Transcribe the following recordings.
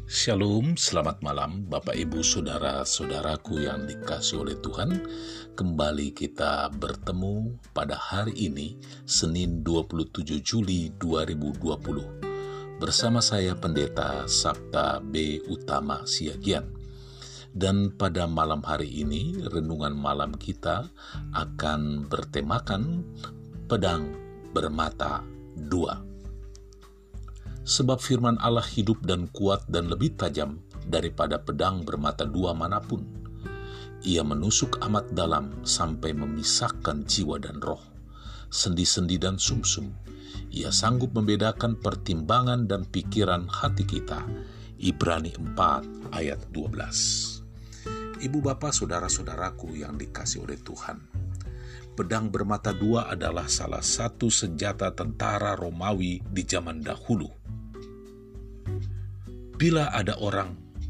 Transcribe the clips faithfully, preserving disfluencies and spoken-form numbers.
Shalom, selamat malam Bapak Ibu Saudara-saudaraku yang dikasihi oleh Tuhan. Kembali kita bertemu pada hari ini, Senin dua puluh tujuh Juli dua ribu dua puluh. Bersama saya Pendeta Sabta B. Utama Siagian. Dan pada malam hari ini, renungan malam kita akan bertemakan pedang bermata dua. Sebab firman Allah hidup dan kuat dan lebih tajam daripada pedang bermata dua manapun. Ia menusuk amat dalam sampai memisahkan jiwa dan roh, sendi-sendi dan sumsum. Ia sanggup membedakan pertimbangan dan pikiran hati kita. Ibrani empat ayat dua belas. Ibu bapak saudara-saudaraku yang dikasihi oleh Tuhan, pedang bermata dua adalah salah satu senjata tentara Romawi di zaman dahulu. Bila ada orang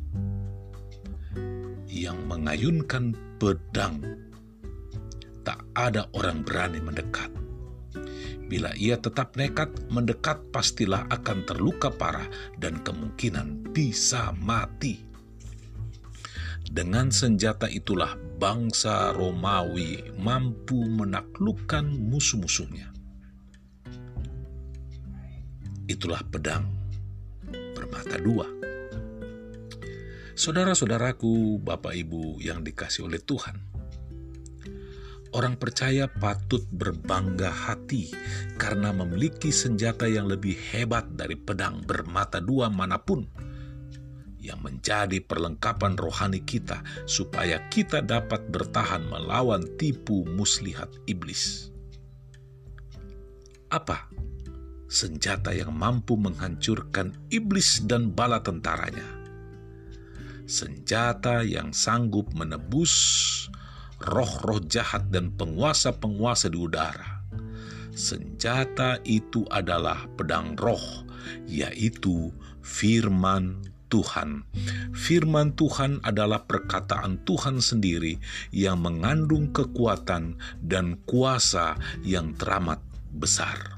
yang mengayunkan pedang, tak ada orang berani mendekat. Bila ia tetap nekat mendekat, pastilah akan terluka parah dan kemungkinan bisa mati. Dengan senjata itulah bangsa Romawi mampu menaklukkan musuh-musuhnya. Itulah pedang bermata dua. Saudara-saudaraku, Bapak Ibu yang dikasihi oleh Tuhan, orang percaya patut berbangga hati karena memiliki senjata yang lebih hebat dari pedang bermata dua manapun, yang menjadi perlengkapan rohani kita supaya kita dapat bertahan melawan tipu muslihat iblis. Apa senjata yang mampu menghancurkan iblis dan bala tentaranya? Senjata yang sanggup menebus roh-roh jahat dan penguasa-penguasa di udara. Senjata itu adalah pedang roh, yaitu firman Tuhan. Firman Tuhan adalah perkataan Tuhan sendiri yang mengandung kekuatan dan kuasa yang teramat besar.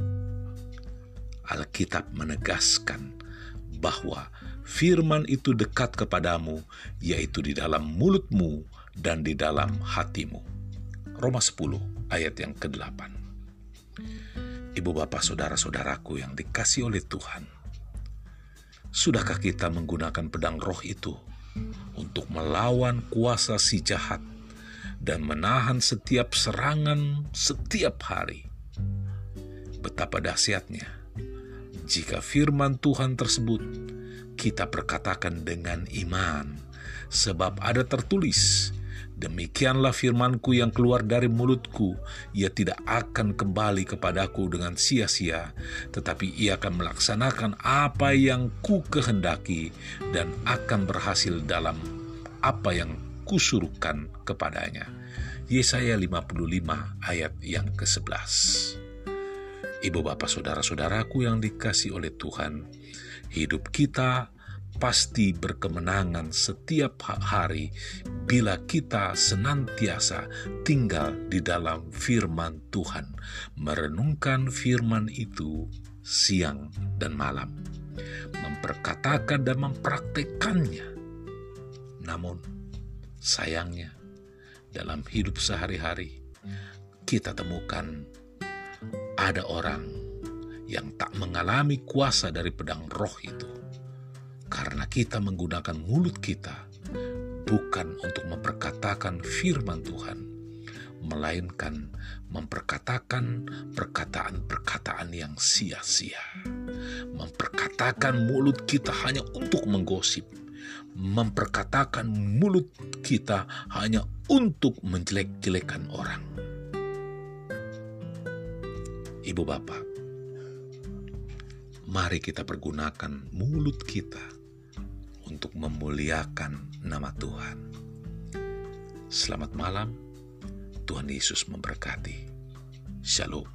Alkitab menegaskan bahwa firman itu dekat kepadamu, yaitu di dalam mulutmu dan di dalam hatimu. Roma sepuluh ayat yang kedelapan. Ibu bapak saudara-saudaraku yang dikasihi oleh Tuhan, sudahkah kita menggunakan pedang roh itu untuk melawan kuasa si jahat dan menahan setiap serangan setiap hari? Betapa dahsyatnya jika firman Tuhan tersebut kita perkatakan dengan iman, sebab ada tertulis, demikianlah firmanku yang keluar dari mulutku, ia tidak akan kembali kepadaku dengan sia-sia, tetapi ia akan melaksanakan apa yang ku kehendaki dan akan berhasil dalam apa yang kusuruhkan kepadanya. Yesaya lima puluh lima ayat yang kesebelas. Ibu bapak saudara-saudaraku yang dikasihi oleh Tuhan, hidup kita pasti berkemenangan setiap hari bila kita senantiasa tinggal di dalam firman Tuhan, merenungkan firman itu siang dan malam, memperkatakan dan mempraktekannya. Namun sayangnya dalam hidup sehari-hari kita temukan ada orang yang tak mengalami kuasa dari pedang roh itu, karena kita menggunakan mulut kita bukan untuk memperkatakan firman Tuhan, melainkan memperkatakan perkataan-perkataan yang sia-sia. Memperkatakan mulut kita hanya untuk menggosip, memperkatakan mulut kita hanya untuk menjelek-jelekan orang. Ibu bapak, mari kita pergunakan mulut kita untuk memuliakan nama Tuhan. Selamat malam, Tuhan Yesus memberkati. Shalom.